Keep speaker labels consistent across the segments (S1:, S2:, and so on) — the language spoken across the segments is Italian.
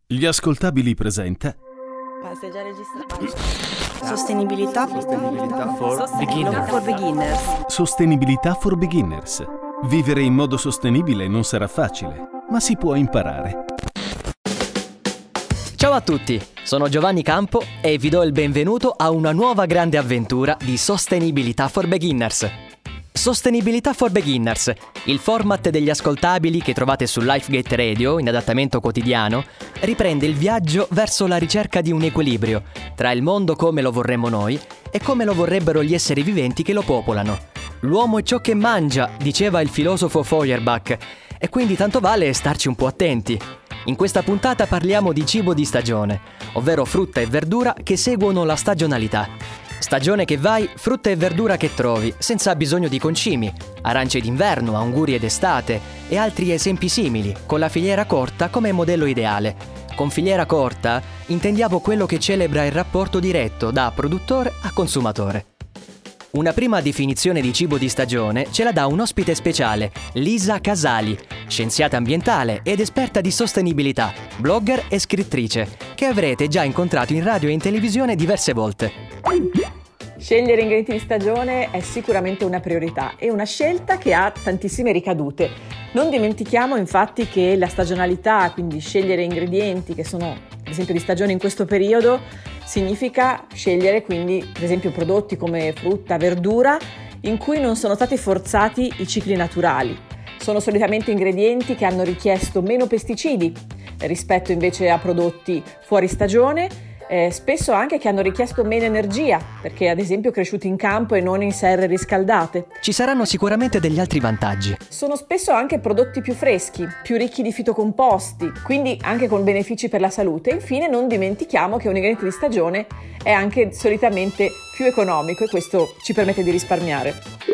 S1: Gli ascoltabili presenta
S2: Sei già registrato? Sostenibilità for beginners.
S1: Sostenibilità for Beginners. Vivere in modo sostenibile non sarà facile, ma si può imparare.
S3: Ciao a tutti, sono Giovanni Campo e vi do il benvenuto a una nuova grande avventura di Sostenibilità for Beginners. Sostenibilità for Beginners, il format degli ascoltabili che trovate su Lifegate Radio in adattamento quotidiano, riprende il viaggio verso la ricerca di un equilibrio tra il mondo come lo vorremmo noi e come lo vorrebbero gli esseri viventi che lo popolano. L'uomo è ciò che mangia, diceva il filosofo Feuerbach, e quindi tanto vale starci un po' attenti. In questa puntata parliamo di cibo di stagione, ovvero frutta e verdura che seguono la stagionalità. Stagione che vai, frutta e verdura che trovi, senza bisogno di concimi, arance d'inverno, angurie d'estate e altri esempi simili, con la filiera corta come modello ideale. Con filiera corta intendiamo quello che celebra il rapporto diretto da produttore a consumatore. Una prima definizione di cibo di stagione ce la dà un ospite speciale, Lisa Casali, scienziata ambientale ed esperta di sostenibilità, blogger e scrittrice, che avrete già incontrato in radio e in televisione diverse volte.
S4: Scegliere ingredienti di stagione è sicuramente una priorità e una scelta che ha tantissime ricadute. Non dimentichiamo infatti che la stagionalità, quindi scegliere ingredienti che sono ad esempio di stagione in questo periodo, significa scegliere quindi per esempio prodotti come frutta, verdura, in cui non sono stati forzati i cicli naturali. Sono solitamente ingredienti che hanno richiesto meno pesticidi rispetto invece a prodotti fuori stagione, spesso anche che hanno richiesto meno energia, perché ad esempio cresciuti in campo e non in serre riscaldate.
S3: Ci saranno sicuramente degli altri vantaggi.
S4: Sono spesso anche prodotti più freschi, più ricchi di fitocomposti, quindi anche con benefici per la salute. E infine non dimentichiamo che un ingrediente di stagione è anche solitamente più economico e questo ci permette di risparmiare.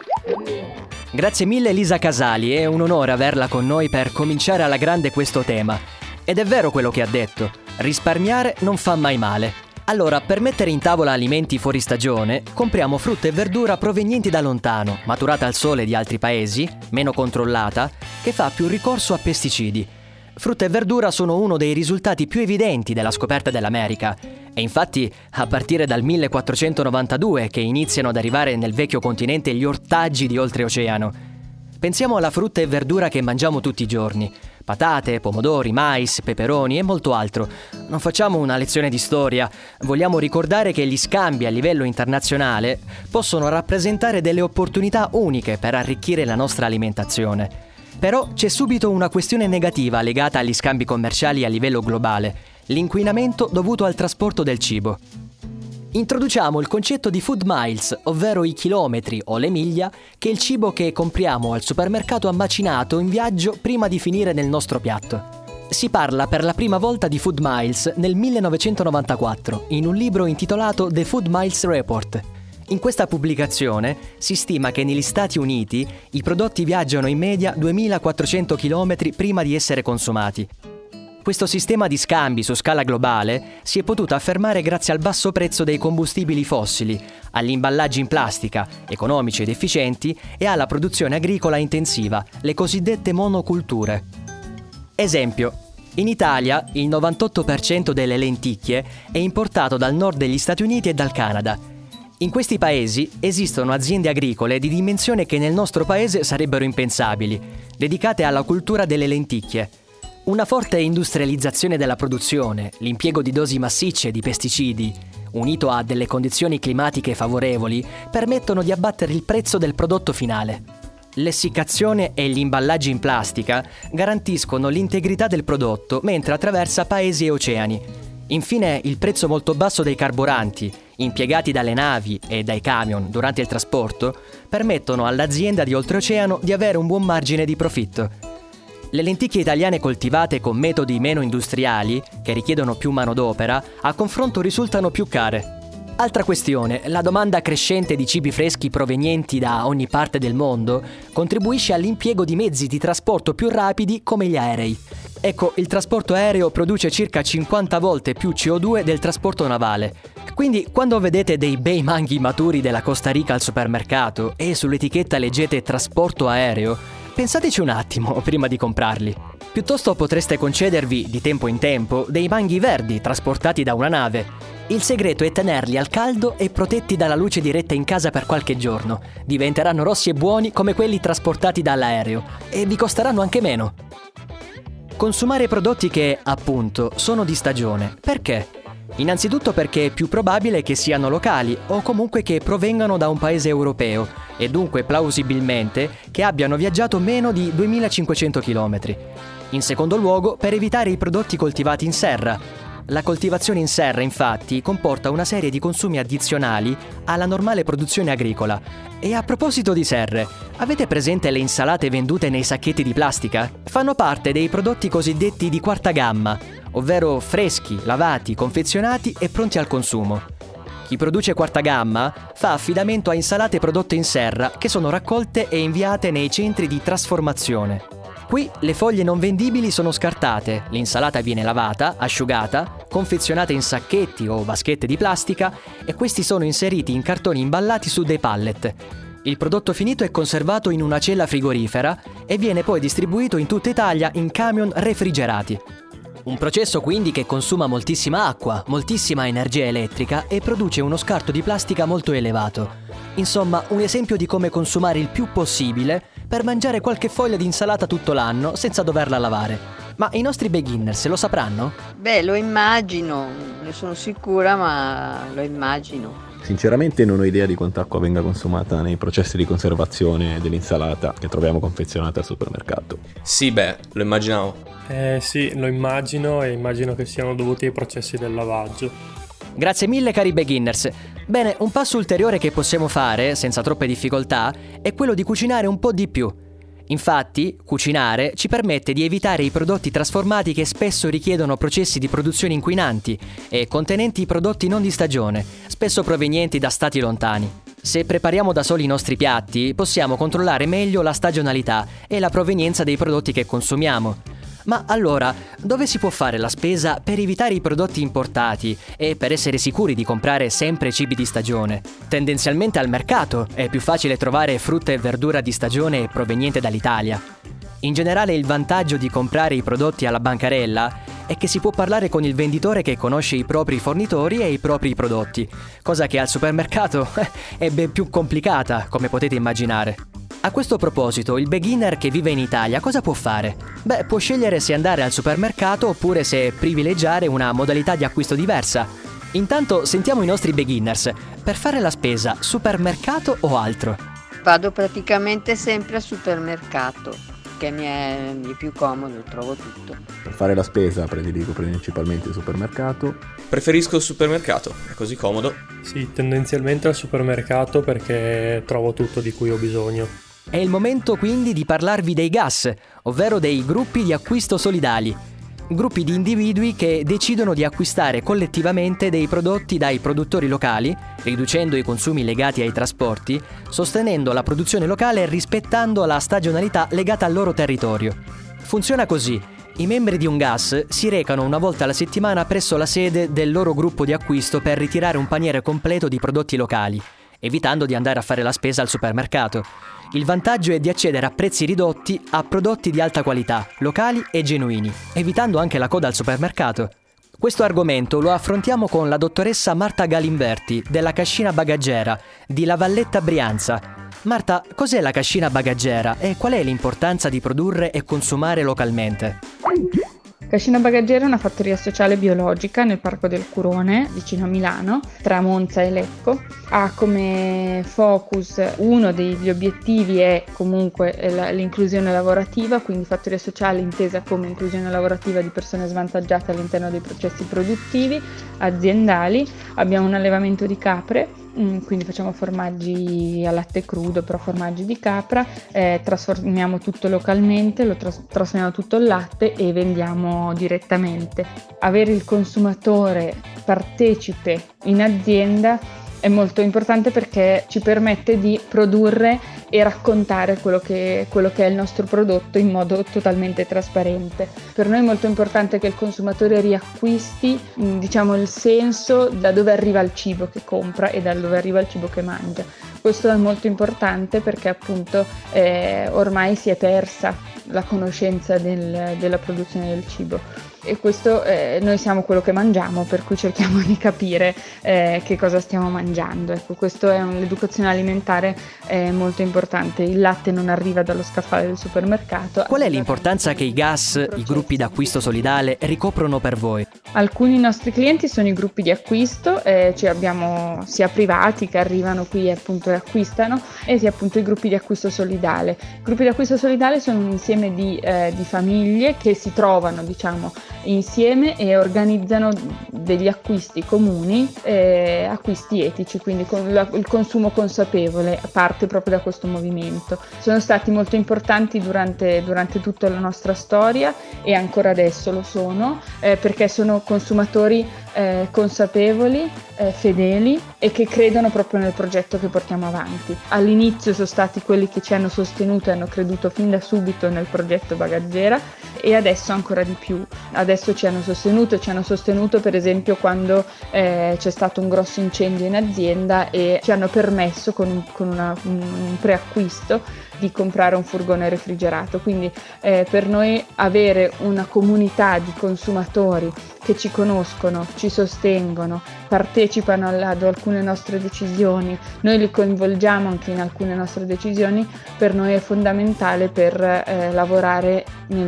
S3: Grazie mille Lisa Casali, è un onore averla con noi per cominciare alla grande questo tema. Ed è vero quello che ha detto, risparmiare non fa mai male. Allora, per mettere in tavola alimenti fuori stagione, compriamo frutta e verdura provenienti da lontano, maturata al sole di altri paesi, meno controllata, che fa più ricorso a pesticidi. Frutta e verdura sono uno dei risultati più evidenti della scoperta dell'America. E infatti, a partire dal 1492 che iniziano ad arrivare nel vecchio continente gli ortaggi di oltreoceano. Pensiamo alla frutta e verdura che mangiamo tutti i giorni. Patate, pomodori, mais, peperoni e molto altro. Non facciamo una lezione di storia, vogliamo ricordare che gli scambi a livello internazionale possono rappresentare delle opportunità uniche per arricchire la nostra alimentazione. Però c'è subito una questione negativa legata agli scambi commerciali a livello globale, l'inquinamento dovuto al trasporto del cibo. Introduciamo il concetto di food miles, ovvero i chilometri o le miglia che il cibo che compriamo al supermercato ha macinato in viaggio prima di finire nel nostro piatto. Si parla per la prima volta di food miles nel 1994 in un libro intitolato The Food Miles Report. In questa pubblicazione si stima che negli Stati Uniti i prodotti viaggiano in media 2400 km prima di essere consumati. Questo sistema di scambi su scala globale si è potuto affermare grazie al basso prezzo dei combustibili fossili, agli imballaggi in plastica, economici ed efficienti, e alla produzione agricola intensiva, le cosiddette monoculture. Esempio, in Italia il 98% delle lenticchie è importato dal nord degli Stati Uniti e dal Canada. In questi paesi esistono aziende agricole di dimensione che nel nostro paese sarebbero impensabili, dedicate alla cultura delle lenticchie. Una forte industrializzazione della produzione, l'impiego di dosi massicce di pesticidi, unito a delle condizioni climatiche favorevoli, permettono di abbattere il prezzo del prodotto finale. L'essiccazione e gli imballaggi in plastica garantiscono l'integrità del prodotto mentre attraversa paesi e oceani. Infine, il prezzo molto basso dei carburanti, impiegati dalle navi e dai camion durante il trasporto, permettono all'azienda di oltreoceano di avere un buon margine di profitto. Le lenticchie italiane coltivate con metodi meno industriali, che richiedono più manodopera, a confronto risultano più care. Altra questione, la domanda crescente di cibi freschi provenienti da ogni parte del mondo contribuisce all'impiego di mezzi di trasporto più rapidi come gli aerei. Ecco, il trasporto aereo produce circa 50 volte più CO2 del trasporto navale. Quindi, quando vedete dei bei manghi maturi della Costa Rica al supermercato e sull'etichetta leggete trasporto aereo, pensateci un attimo prima di comprarli. Piuttosto potreste concedervi, di tempo in tempo, dei manghi verdi trasportati da una nave. Il segreto è tenerli al caldo e protetti dalla luce diretta in casa per qualche giorno. Diventeranno rossi e buoni come quelli trasportati dall'aereo e vi costeranno anche meno. Consumare prodotti che, appunto, sono di stagione. Perché? Innanzitutto perché è più probabile che siano locali o comunque che provengano da un paese europeo e dunque plausibilmente che abbiano viaggiato meno di 2500 km. In secondo luogo, per evitare i prodotti coltivati in serra. La coltivazione in serra, infatti, comporta una serie di consumi addizionali alla normale produzione agricola. E a proposito di serre, avete presente le insalate vendute nei sacchetti di plastica? Fanno parte dei prodotti cosiddetti di quarta gamma, ovvero freschi, lavati, confezionati e pronti al consumo. Chi produce quarta gamma fa affidamento a insalate prodotte in serra che sono raccolte e inviate nei centri di trasformazione. Qui le foglie non vendibili sono scartate, l'insalata viene lavata, asciugata, confezionata in sacchetti o vaschette di plastica e questi sono inseriti in cartoni imballati su dei pallet. Il prodotto finito è conservato in una cella frigorifera e viene poi distribuito in tutta Italia in camion refrigerati. Un processo quindi che consuma moltissima acqua, moltissima energia elettrica e produce uno scarto di plastica molto elevato. Insomma, un esempio di come consumare il più possibile per mangiare qualche foglia di insalata tutto l'anno senza doverla lavare. Ma i nostri beginners lo sapranno?
S5: Beh, lo immagino, ne sono sicura, ma lo immagino.
S6: Sinceramente non ho idea di quanta acqua venga consumata nei processi di conservazione dell'insalata che troviamo confezionata al supermercato.
S7: Sì, lo immaginavo.
S8: Sì, lo immagino e immagino che siano dovuti ai processi del lavaggio.
S3: Grazie mille cari beginners. Bene, un passo ulteriore che possiamo fare, senza troppe difficoltà, è quello di cucinare un po' di più. Infatti, cucinare ci permette di evitare i prodotti trasformati che spesso richiedono processi di produzione inquinanti e contenenti prodotti non di stagione, spesso provenienti da stati lontani. Se prepariamo da soli i nostri piatti, possiamo controllare meglio la stagionalità e la provenienza dei prodotti che consumiamo. Ma allora, dove si può fare la spesa per evitare i prodotti importati e per essere sicuri di comprare sempre cibi di stagione? Tendenzialmente al mercato è più facile trovare frutta e verdura di stagione proveniente dall'Italia. In generale il vantaggio di comprare i prodotti alla bancarella è che si può parlare con il venditore che conosce i propri fornitori e i propri prodotti, cosa che al supermercato è ben più complicata, come potete immaginare. A questo proposito, il beginner che vive in Italia cosa può fare? Può scegliere se andare al supermercato oppure se privilegiare una modalità di acquisto diversa. Intanto sentiamo i nostri beginners. Per fare la spesa, supermercato o altro?
S5: Vado praticamente sempre al supermercato, che mi è più comodo, trovo tutto.
S6: Per fare la spesa prediligo principalmente il supermercato.
S7: Preferisco il supermercato, è così comodo.
S8: Sì, tendenzialmente al supermercato perché trovo tutto di cui ho bisogno.
S3: È il momento quindi di parlarvi dei GAS, ovvero dei gruppi di acquisto solidali. Gruppi di individui che decidono di acquistare collettivamente dei prodotti dai produttori locali, riducendo i consumi legati ai trasporti, sostenendo la produzione locale e rispettando la stagionalità legata al loro territorio. Funziona così. I membri di un GAS si recano una volta alla settimana presso la sede del loro gruppo di acquisto per ritirare un paniere completo di prodotti locali, evitando di andare a fare la spesa al supermercato. Il vantaggio è di accedere a prezzi ridotti a prodotti di alta qualità, locali e genuini, evitando anche la coda al supermercato. Questo argomento lo affrontiamo con la dottoressa Marta Galimberti della Cascina Bagaggera di La Valletta Brianza. Marta, cos'è la cascina bagaggera e qual è l'importanza di produrre e consumare localmente?
S9: Cascina Bagaggera è una fattoria sociale biologica nel Parco del Curone, vicino a Milano, tra Monza e Lecco. Ha come focus, uno degli obiettivi è comunque l'inclusione lavorativa, quindi fattoria sociale intesa come inclusione lavorativa di persone svantaggiate all'interno dei processi produttivi aziendali. Abbiamo un allevamento di capre, quindi facciamo formaggi a latte crudo, però formaggi di capra, trasformiamo tutto localmente, lo trasformiamo tutto in latte e vendiamo direttamente. Avere il consumatore partecipe in azienda è molto importante perché ci permette di produrre e raccontare quello che è il nostro prodotto in modo totalmente trasparente. Per noi è molto importante che il consumatore riacquisti, il senso da dove arriva il cibo che compra e da dove arriva il cibo che mangia. Questo è molto importante perché appunto ormai si è persa la conoscenza della produzione del cibo. E questo noi siamo quello che mangiamo, per cui cerchiamo di capire che cosa stiamo mangiando. Ecco, questo è un'educazione alimentare molto importante. Il latte non arriva dallo scaffale del supermercato.
S3: Qual è l'importanza che i GAS, i gruppi d'acquisto solidale, ricoprono per voi?
S9: Alcuni nostri clienti sono i gruppi di acquisto, cioè abbiamo sia privati che arrivano qui appunto e acquistano, e sia appunto i gruppi di acquisto solidale. I gruppi di acquisto solidale sono un insieme di famiglie che si trovano, diciamo, insieme e organizzano degli acquisti comuni, acquisti etici, quindi il consumo consapevole parte proprio da questo movimento. Sono stati molto importanti durante tutta la nostra storia e ancora adesso lo sono, perché sono consumatori consapevoli, fedeli e che credono proprio nel progetto che portiamo avanti. All'inizio sono stati quelli che ci hanno sostenuto e hanno creduto fin da subito nel progetto Bagaggera, e adesso ancora di più. Adesso ci hanno sostenuto per esempio quando c'è stato un grosso incendio in azienda e ci hanno permesso con un preacquisto di comprare un furgone refrigerato. Quindi per noi avere una comunità di consumatori che ci conoscono, ci sostengono, partecipano ad alcune nostre decisioni, noi li coinvolgiamo anche in alcune nostre decisioni, per noi è fondamentale per lavorare nel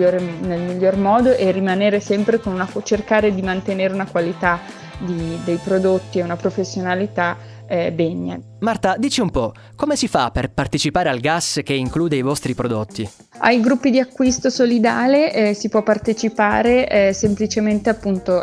S9: miglior modo e rimanere sempre cercare di mantenere una qualità dei prodotti e una professionalità degna.
S3: Marta, dici un po', come si fa per partecipare al GAS che include i vostri prodotti?
S9: Ai gruppi di acquisto solidale si può partecipare semplicemente appunto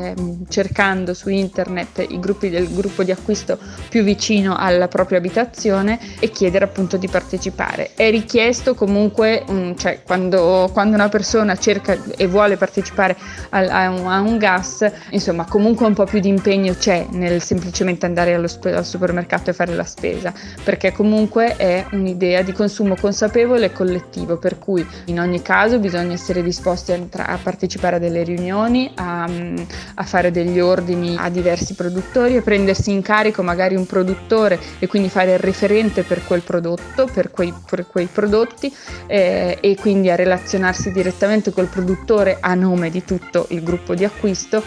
S9: cercando su internet i gruppi del gruppo di acquisto più vicino alla propria abitazione e chiedere appunto di partecipare. È richiesto comunque, cioè quando una persona cerca e vuole partecipare a un GAS, insomma comunque un po' più di impegno c'è nel semplicemente andare al supermercato e fare la spesa, perché comunque è un'idea di consumo consapevole e collettivo, per cui in ogni caso bisogna essere disposti a partecipare a delle riunioni, a fare degli ordini a diversi produttori, a prendersi in carico magari un produttore e quindi fare il referente per quel prodotto, per quei prodotti, e quindi a relazionarsi direttamente col produttore a nome di tutto il gruppo di acquisto.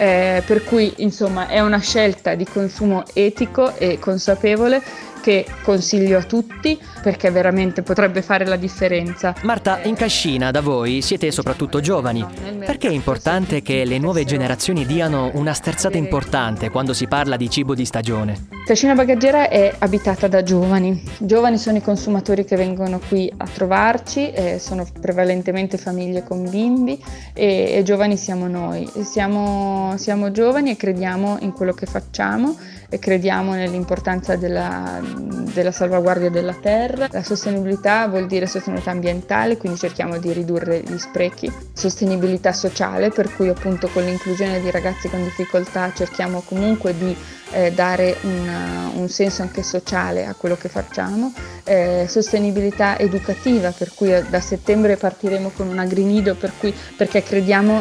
S9: Per cui insomma è una scelta di consumo etico e consapevole che consiglio a tutti, perché veramente potrebbe fare la differenza.
S3: Marta, in Cascina da voi siete soprattutto giovani. Perché è importante che le nuove generazioni diano una sterzata importante quando si parla di cibo di stagione?
S9: Cascina Bagaggera è abitata da giovani. Giovani sono i consumatori che vengono qui a trovarci, sono prevalentemente famiglie con bimbi e giovani siamo noi. Siamo giovani e crediamo in quello che facciamo e crediamo nell'importanza della salvaguardia della terra. La sostenibilità vuol dire sostenibilità ambientale, quindi cerchiamo di ridurre gli sprechi. Sostenibilità sociale, per cui appunto con l'inclusione di ragazzi con difficoltà cerchiamo comunque di dare un senso anche sociale a quello che facciamo. Sostenibilità educativa, per cui da settembre partiremo con una Green perché crediamo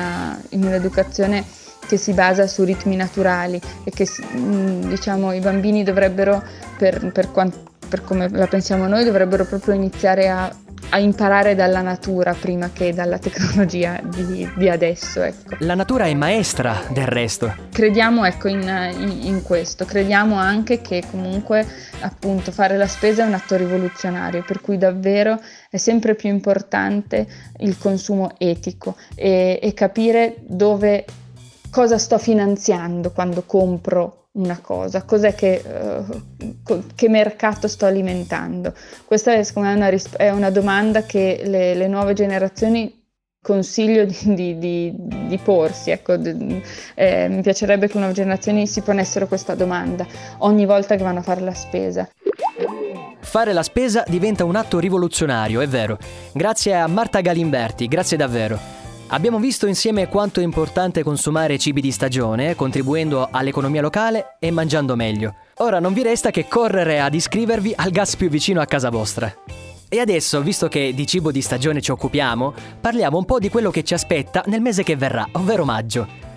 S9: in un'educazione che si basa su ritmi naturali e che diciamo i bambini dovrebbero, per come la pensiamo noi, dovrebbero proprio iniziare a imparare dalla natura prima che dalla tecnologia di adesso, ecco.
S3: La natura è maestra del resto.
S9: Crediamo in questo, crediamo anche che comunque appunto fare la spesa è un atto rivoluzionario, per cui davvero è sempre più importante il consumo etico e capire cosa sto finanziando quando compro una cosa, cos'è che mercato sto alimentando. Questa è secondo me è una domanda che le nuove generazioni consiglio di porsi, ecco. Mi piacerebbe che le nuove generazioni si ponessero questa domanda ogni volta che vanno a fare la spesa.
S3: Fare la spesa diventa un atto rivoluzionario, è vero. Grazie a Marta Galimberti, grazie davvero. Abbiamo visto insieme quanto è importante consumare cibi di stagione, contribuendo all'economia locale e mangiando meglio. Ora non vi resta che correre ad iscrivervi al GAS più vicino a casa vostra. E adesso, visto che di cibo di stagione ci occupiamo, parliamo un po' di quello che ci aspetta nel mese che verrà, ovvero maggio.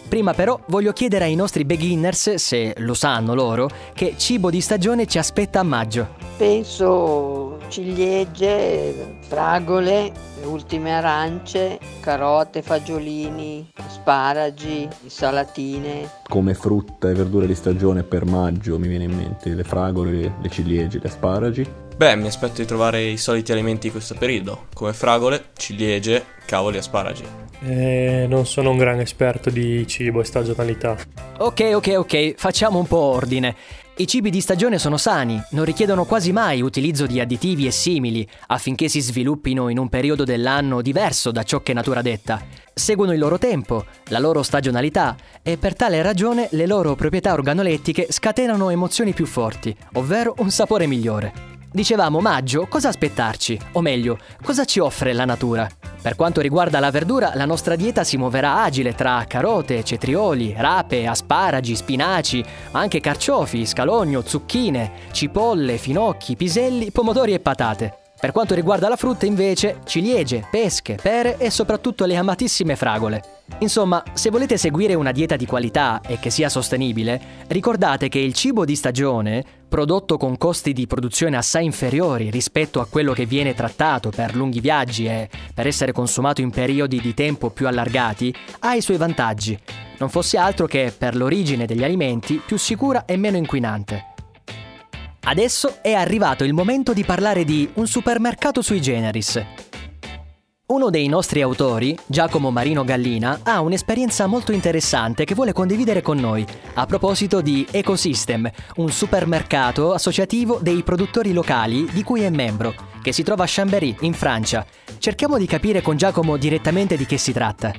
S3: Prima però voglio chiedere ai nostri beginners, se lo sanno loro, che cibo di stagione ci aspetta a maggio.
S5: Penso ciliegie, fragole, le ultime arance, carote, fagiolini, asparagi, insalatine.
S6: Come frutta e verdure di stagione per maggio mi viene in mente le fragole, le ciliegie, gli asparagi.
S7: Beh, mi aspetto di trovare i soliti alimenti di questo periodo, come fragole, ciliegie, cavoli e asparagi.
S8: Non sono un gran esperto di cibo e stagionalità.
S3: Ok, facciamo un po' ordine. I cibi di stagione sono sani, non richiedono quasi mai utilizzo di additivi e simili affinché si sviluppino in un periodo dell'anno diverso da ciò che natura detta. Seguono il loro tempo, la loro stagionalità e per tale ragione le loro proprietà organolettiche scatenano emozioni più forti, ovvero un sapore migliore. Dicevamo maggio, cosa aspettarci? O meglio, cosa ci offre la natura? Per quanto riguarda la verdura, la nostra dieta si muoverà agile tra carote, cetrioli, rape, asparagi, spinaci, ma anche carciofi, scalogno, zucchine, cipolle, finocchi, piselli, pomodori e patate. Per quanto riguarda la frutta invece, ciliegie, pesche, pere e soprattutto le amatissime fragole. Insomma, se volete seguire una dieta di qualità e che sia sostenibile, ricordate che il cibo di stagione, prodotto con costi di produzione assai inferiori rispetto a quello che viene trattato per lunghi viaggi e per essere consumato in periodi di tempo più allargati, ha i suoi vantaggi. Non fosse altro che per l'origine degli alimenti più sicura e meno inquinante. Adesso è arrivato il momento di parlare di un supermercato sui generis. Uno dei nostri autori, Giacomo Marino Gallina, ha un'esperienza molto interessante che vuole condividere con noi a proposito di Ecosystem, un supermercato associativo dei produttori locali di cui è membro, che si trova a Chambéry, in Francia. Cerchiamo di capire con Giacomo direttamente di che si tratta.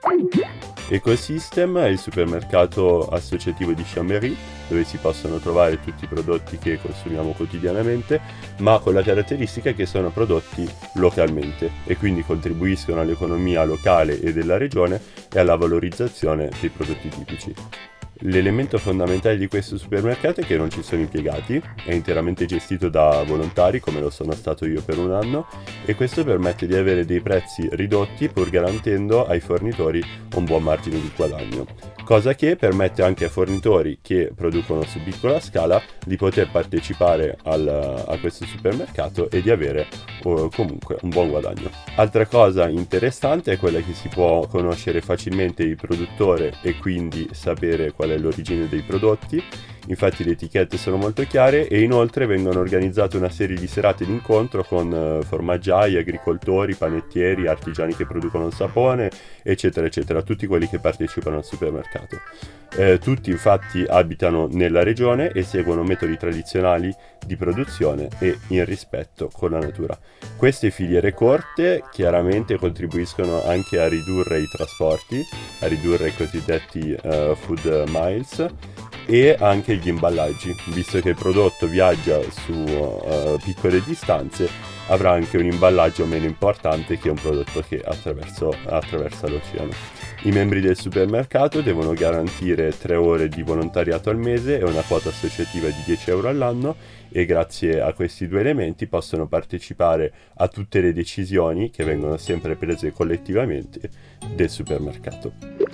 S10: Ecosystem è il supermercato associativo di Chambéry, dove si possono trovare tutti i prodotti che consumiamo quotidianamente, ma con la caratteristica che sono prodotti localmente e quindi contribuiscono all'economia locale e della regione e alla valorizzazione dei prodotti tipici. L'elemento fondamentale di questo supermercato è che non ci sono impiegati, è interamente gestito da volontari come lo sono stato io per un anno e questo permette di avere dei prezzi ridotti pur garantendo ai fornitori un buon margine di guadagno, cosa che permette anche ai fornitori che producono su piccola scala di poter partecipare a questo supermercato e di avere comunque un buon guadagno. Altra cosa interessante è quella che si può conoscere facilmente il produttore e quindi sapere qual è l'origine dei prodotti. Infatti le etichette sono molto chiare e inoltre vengono organizzate una serie di serate d'incontro con formaggiai, agricoltori, panettieri, artigiani che producono il sapone, eccetera eccetera, tutti quelli che partecipano al supermercato. Tutti infatti abitano nella regione e seguono metodi tradizionali di produzione e in rispetto con la natura. Queste filiere corte chiaramente contribuiscono anche a ridurre i trasporti, a ridurre i cosiddetti food miles e anche gli imballaggi, visto che il prodotto viaggia su piccole distanze, avrà anche un imballaggio meno importante che un prodotto che attraversa l'oceano. I membri del supermercato devono garantire 3 ore di volontariato al mese e una quota associativa di 10 euro all'anno e grazie a questi 2 elementi possono partecipare a tutte le decisioni che vengono sempre prese collettivamente del supermercato.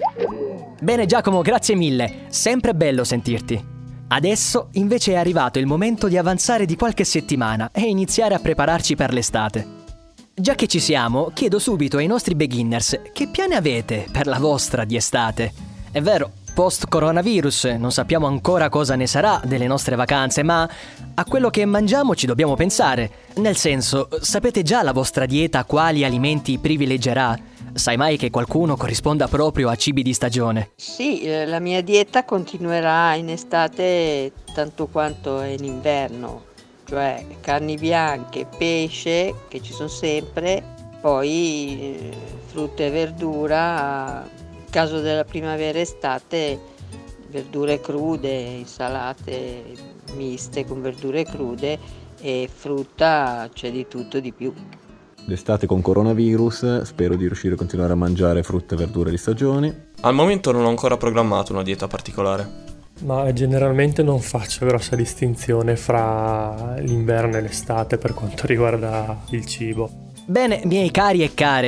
S3: Bene Giacomo, grazie mille, sempre bello sentirti. Adesso invece è arrivato il momento di avanzare di qualche settimana e iniziare a prepararci per l'estate. Già che ci siamo, chiedo subito ai nostri beginners che piani avete per la vostra di estate. È vero, post-coronavirus non sappiamo ancora cosa ne sarà delle nostre vacanze, ma a quello che mangiamo ci dobbiamo pensare. Nel senso, sapete già la vostra dieta quali alimenti privilegerà? Sai mai che qualcuno corrisponda proprio a cibi di stagione?
S5: Sì, la mia dieta continuerà in estate tanto quanto è in inverno, cioè carni bianche, pesce, che ci sono sempre, poi frutta e verdura, in caso della primavera e estate, verdure crude, insalate miste con verdure crude e frutta, c'è di tutto di più.
S6: D'estate con coronavirus spero di riuscire a continuare a mangiare frutta e verdure di stagione.
S7: Al momento non ho ancora programmato una dieta particolare.
S8: Ma generalmente non faccio grossa distinzione fra l'inverno e l'estate per quanto riguarda il cibo.
S3: Bene, miei cari e care,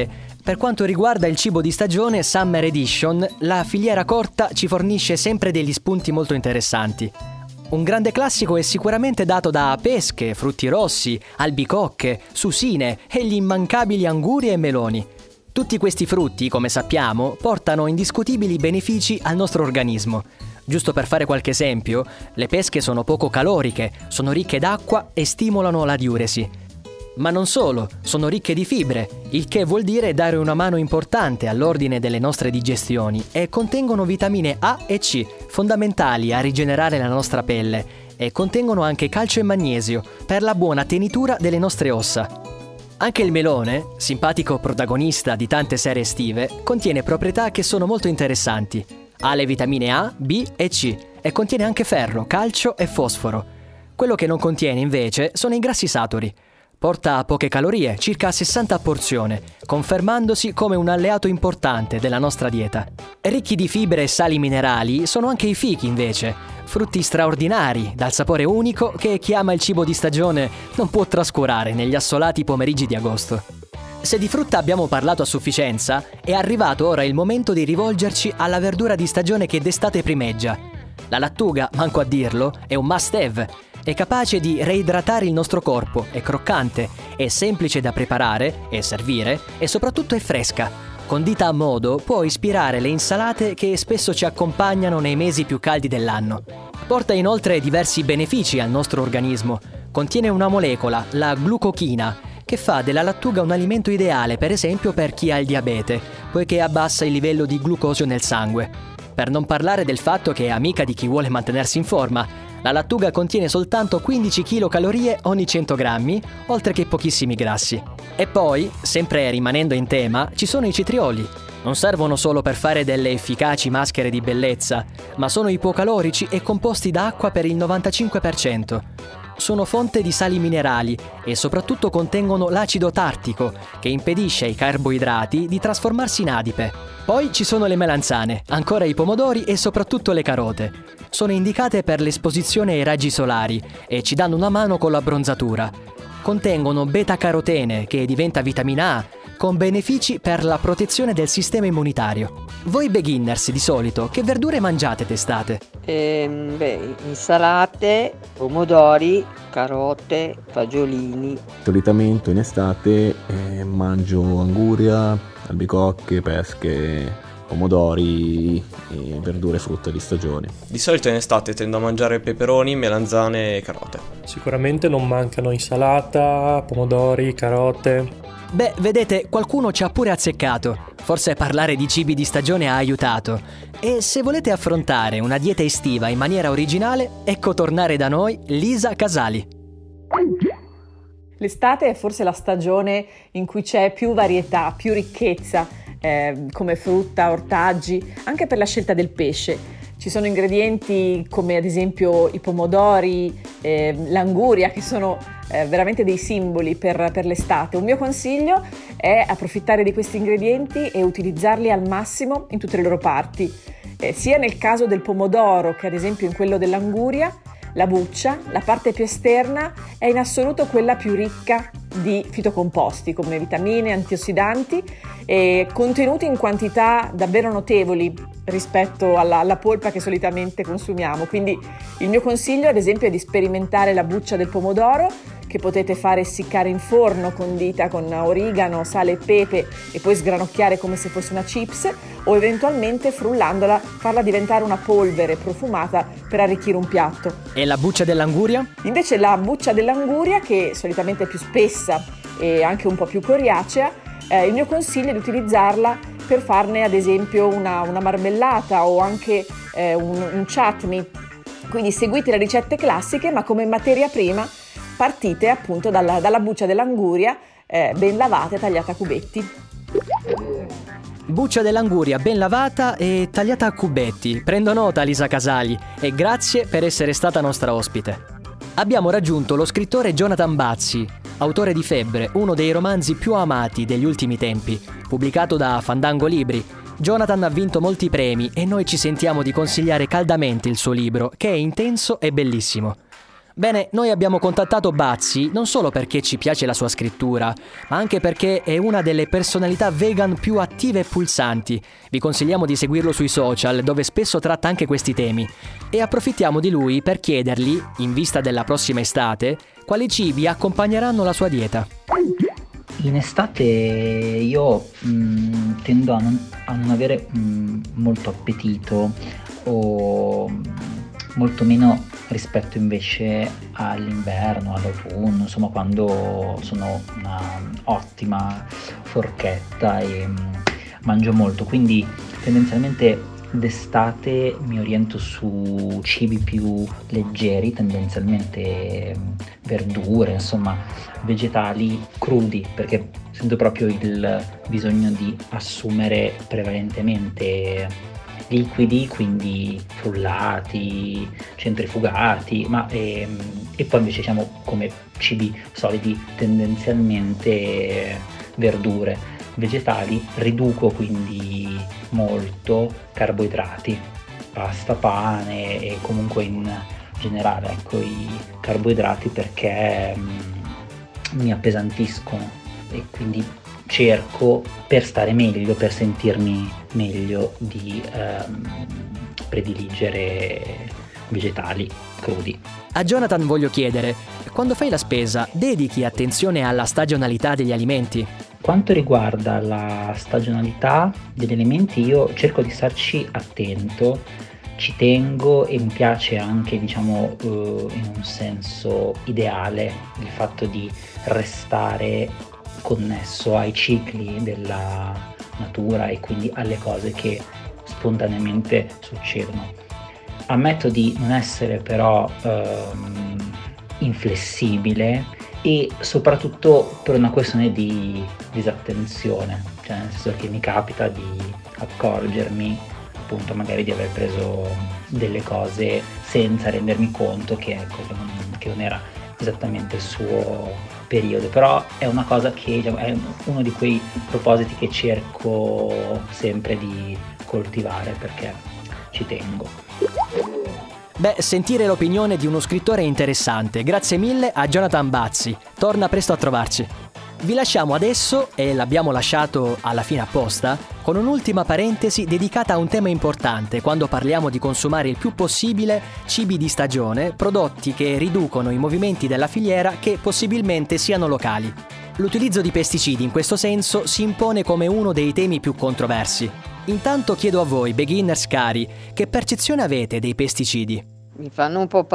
S3: Per quanto riguarda il cibo di stagione Summer Edition, la filiera corta ci fornisce sempre degli spunti molto interessanti. Un grande classico è sicuramente dato da pesche, frutti rossi, albicocche, susine e gli immancabili anguri e meloni. Tutti questi frutti, come sappiamo, portano indiscutibili benefici al nostro organismo. Giusto per fare qualche esempio, le pesche sono poco caloriche, sono ricche d'acqua e stimolano la diuresi. Ma non solo, sono ricche di fibre, il che vuol dire dare una mano importante all'ordine delle nostre digestioni, e contengono vitamine A e C, fondamentali a rigenerare la nostra pelle, e contengono anche calcio e magnesio, per la buona tenitura delle nostre ossa. Anche il melone, simpatico protagonista di tante serie estive, contiene proprietà che sono molto interessanti. Ha le vitamine A, B e C, e contiene anche ferro, calcio e fosforo. Quello che non contiene invece sono i grassi saturi. Porta poche calorie, circa 60 a porzione, confermandosi come un alleato importante della nostra dieta. Ricchi di fibre e sali minerali sono anche i fichi invece, frutti straordinari, dal sapore unico che chi ama il cibo di stagione non può trascurare negli assolati pomeriggi di agosto. Se di frutta abbiamo parlato a sufficienza, è arrivato ora il momento di rivolgerci alla verdura di stagione che d'estate primeggia. La lattuga, manco a dirlo, è un must-have. È capace di reidratare il nostro corpo, è croccante, è semplice da preparare e servire e soprattutto è fresca. Condita a modo può ispirare le insalate che spesso ci accompagnano nei mesi più caldi dell'anno. Porta inoltre diversi benefici al nostro organismo. Contiene una molecola, la glucochina, che fa della lattuga un alimento ideale per esempio per chi ha il diabete, poiché abbassa il livello di glucosio nel sangue. Per non parlare del fatto che è amica di chi vuole mantenersi in forma. La lattuga contiene soltanto 15 kcal ogni 100 grammi, oltre che pochissimi grassi. E poi, sempre rimanendo in tema, ci sono i cetrioli. Non servono solo per fare delle efficaci maschere di bellezza, ma sono ipocalorici e composti da acqua per il 95%. Sono fonte di sali minerali e soprattutto contengono l'acido tartico, che impedisce ai carboidrati di trasformarsi in adipe. Poi ci sono le melanzane, ancora i pomodori e soprattutto le carote. Sono indicate per l'esposizione ai raggi solari e ci danno una mano con la bronzatura. Contengono beta-carotene, che diventa vitamina A, con benefici per la protezione del sistema immunitario. Voi beginners di solito che verdure mangiate d'estate?
S5: Insalate, pomodori, carote, fagiolini.
S6: Solitamente in estate mangio anguria, albicocche, pesche, pomodori e verdure e frutta di stagione.
S7: Di solito in estate tendo a mangiare peperoni, melanzane e carote.
S8: Sicuramente non mancano insalata, pomodori, carote.
S3: Beh, vedete, qualcuno ci ha pure azzeccato. Forse parlare di cibi di stagione ha aiutato. E se volete affrontare una dieta estiva in maniera originale, ecco tornare da noi Lisa Casali.
S4: L'estate è forse la stagione in cui c'è più varietà, più ricchezza, come frutta, ortaggi, anche per la scelta del pesce. Ci sono ingredienti come ad esempio i pomodori, l'anguria, che sono veramente dei simboli per l'estate. Un mio consiglio è approfittare di questi ingredienti e utilizzarli al massimo in tutte le loro parti, sia nel caso del pomodoro che ad esempio in quello dell'anguria. La buccia, la parte più esterna, è in assoluto quella più ricca di fitocomposti come vitamine, antiossidanti e contenuti in quantità davvero notevoli rispetto alla polpa che solitamente consumiamo. Quindi il mio consiglio ad esempio è di sperimentare la buccia del pomodoro, che potete fare essiccare in forno condita con origano, sale e pepe e poi sgranocchiare come se fosse una chips, o eventualmente frullandola farla diventare una polvere profumata per arricchire un piatto.
S3: E la buccia dell'anguria?
S4: Invece la buccia dell'anguria, che solitamente è più spessa e anche un po' più coriacea, il mio consiglio è di utilizzarla per farne ad esempio una marmellata o anche un chutney. Quindi seguite le ricette classiche, ma come materia prima partite appunto dalla buccia dell'anguria ben lavata e tagliata a cubetti.
S3: Buccia dell'anguria ben lavata e tagliata a cubetti. Prendo nota, Lisa Casali, e grazie per essere stata nostra ospite. Abbiamo raggiunto lo scrittore Jonathan Bazzi, autore di Febbre, uno dei romanzi più amati degli ultimi tempi, pubblicato da Fandango Libri. Jonathan ha vinto molti premi e noi ci sentiamo di consigliare caldamente il suo libro, che è intenso e bellissimo. Bene, noi abbiamo contattato Bazzi non solo perché ci piace la sua scrittura, ma anche perché è una delle personalità vegan più attive e pulsanti. Vi consigliamo di seguirlo sui social, dove spesso tratta anche questi temi. E approfittiamo di lui per chiedergli, in vista della prossima estate, quali cibi accompagneranno la sua dieta.
S11: In estate io tendo a non avere molto appetito o molto meno rispetto invece all'inverno, all'autunno, insomma quando sono una ottima forchetta e mangio molto, quindi tendenzialmente d'estate mi oriento su cibi più leggeri, tendenzialmente verdure, insomma vegetali crudi, perché sento proprio il bisogno di assumere prevalentemente liquidi, quindi frullati, centrifugati, e poi invece diciamo come cibi solidi tendenzialmente verdure. Vegetali riduco quindi molto carboidrati, pasta, pane e comunque in generale ecco i carboidrati perché mi appesantiscono e quindi cerco, per stare meglio, per sentirmi meglio, di prediligere vegetali crudi.
S3: A Jonathan voglio chiedere, quando fai la spesa, dedichi attenzione alla stagionalità degli alimenti?
S11: Quanto riguarda la stagionalità degli alimenti, io cerco di starci attento, ci tengo e mi piace anche, diciamo, in un senso ideale, il fatto di restare connesso ai cicli della natura e quindi alle cose che spontaneamente succedono. Ammetto di non essere però inflessibile e soprattutto per una questione di disattenzione, cioè nel senso che mi capita di accorgermi appunto magari di aver preso delle cose senza rendermi conto che non era esattamente il suo periodo, però è una cosa che è uno di quei propositi che cerco sempre di coltivare perché ci tengo.
S3: Beh, sentire l'opinione di uno scrittore è interessante. Grazie mille a Jonathan Bazzi. Torna presto a trovarci. Vi lasciamo adesso, e l'abbiamo lasciato alla fine apposta, con un'ultima parentesi dedicata a un tema importante quando parliamo di consumare il più possibile cibi di stagione, prodotti che riducono i movimenti della filiera che possibilmente siano locali. L'utilizzo di pesticidi in questo senso si impone come uno dei temi più controversi. Intanto chiedo a voi, beginners cari, che percezione avete dei pesticidi?
S5: Mi fanno un po'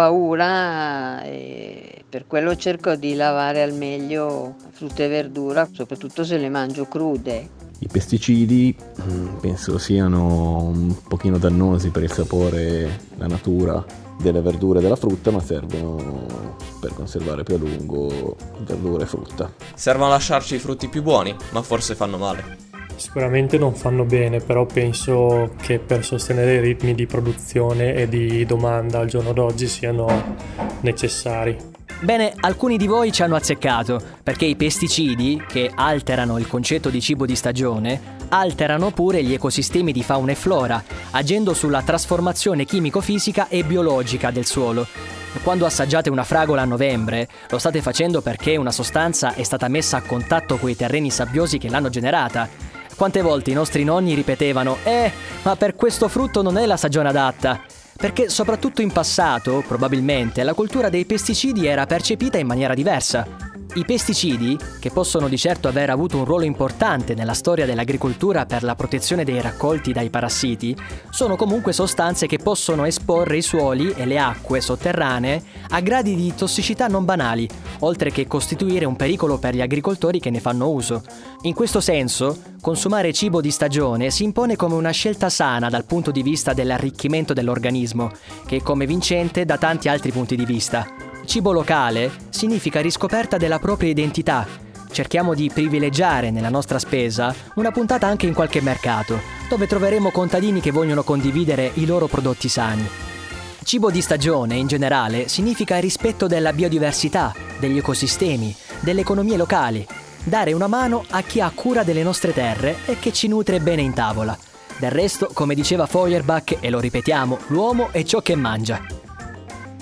S5: paura e per quello cerco di lavare al meglio frutta e verdura, soprattutto se le mangio crude.
S6: I pesticidi penso siano un pochino dannosi per il sapore, la natura delle verdure e della frutta, ma servono per conservare più a lungo verdura e frutta.
S7: Servono a lasciarci i frutti più buoni, ma forse fanno male.
S8: Sicuramente non fanno bene, però penso che per sostenere i ritmi di produzione e di domanda al giorno d'oggi siano necessari.
S3: Bene, alcuni di voi ci hanno azzeccato, perché i pesticidi, che alterano il concetto di cibo di stagione, alterano pure gli ecosistemi di fauna e flora, agendo sulla trasformazione chimico-fisica e biologica del suolo. Quando assaggiate una fragola a novembre, lo state facendo perché una sostanza è stata messa a contatto coi terreni sabbiosi che l'hanno generata. Quante volte i nostri nonni ripetevano ma per questo frutto non è la stagione adatta? Perché soprattutto in passato, probabilmente, la cultura dei pesticidi era percepita in maniera diversa. I pesticidi, che possono di certo aver avuto un ruolo importante nella storia dell'agricoltura per la protezione dei raccolti dai parassiti, sono comunque sostanze che possono esporre i suoli e le acque sotterranee a gradi di tossicità non banali, oltre che costituire un pericolo per gli agricoltori che ne fanno uso. In questo senso, consumare cibo di stagione si impone come una scelta sana dal punto di vista dell'arricchimento dell'organismo, che è come vincente da tanti altri punti di vista. Cibo locale significa riscoperta della propria identità. Cerchiamo di privilegiare nella nostra spesa una puntata anche in qualche mercato, dove troveremo contadini che vogliono condividere i loro prodotti sani. Cibo di stagione, in generale, significa rispetto della biodiversità, degli ecosistemi, delle economie locali. Dare una mano a chi ha cura delle nostre terre e che ci nutre bene in tavola. Del resto, come diceva Feuerbach, e lo ripetiamo, l'uomo è ciò che mangia.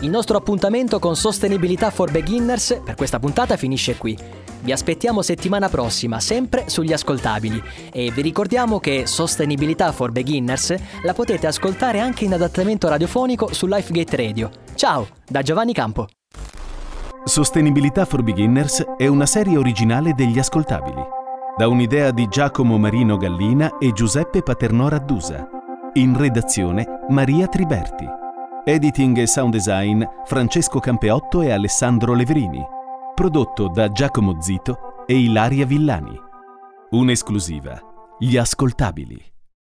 S3: Il nostro appuntamento con Sostenibilità for Beginners per questa puntata finisce qui. Vi aspettiamo settimana prossima, sempre sugli ascoltabili. E vi ricordiamo che Sostenibilità for Beginners la potete ascoltare anche in adattamento radiofonico su Lifegate Radio. Ciao, da Giovanni Campo.
S1: Sostenibilità for Beginners è una serie originale degli ascoltabili. Da un'idea di Giacomo Marino Gallina e Giuseppe Paternò Raddusa. In redazione Maria Triberti. Editing e sound design Francesco Campeotto e Alessandro Leverini. Prodotto da Giacomo Zito e Ilaria Villani. Un'esclusiva. Gli ascoltabili.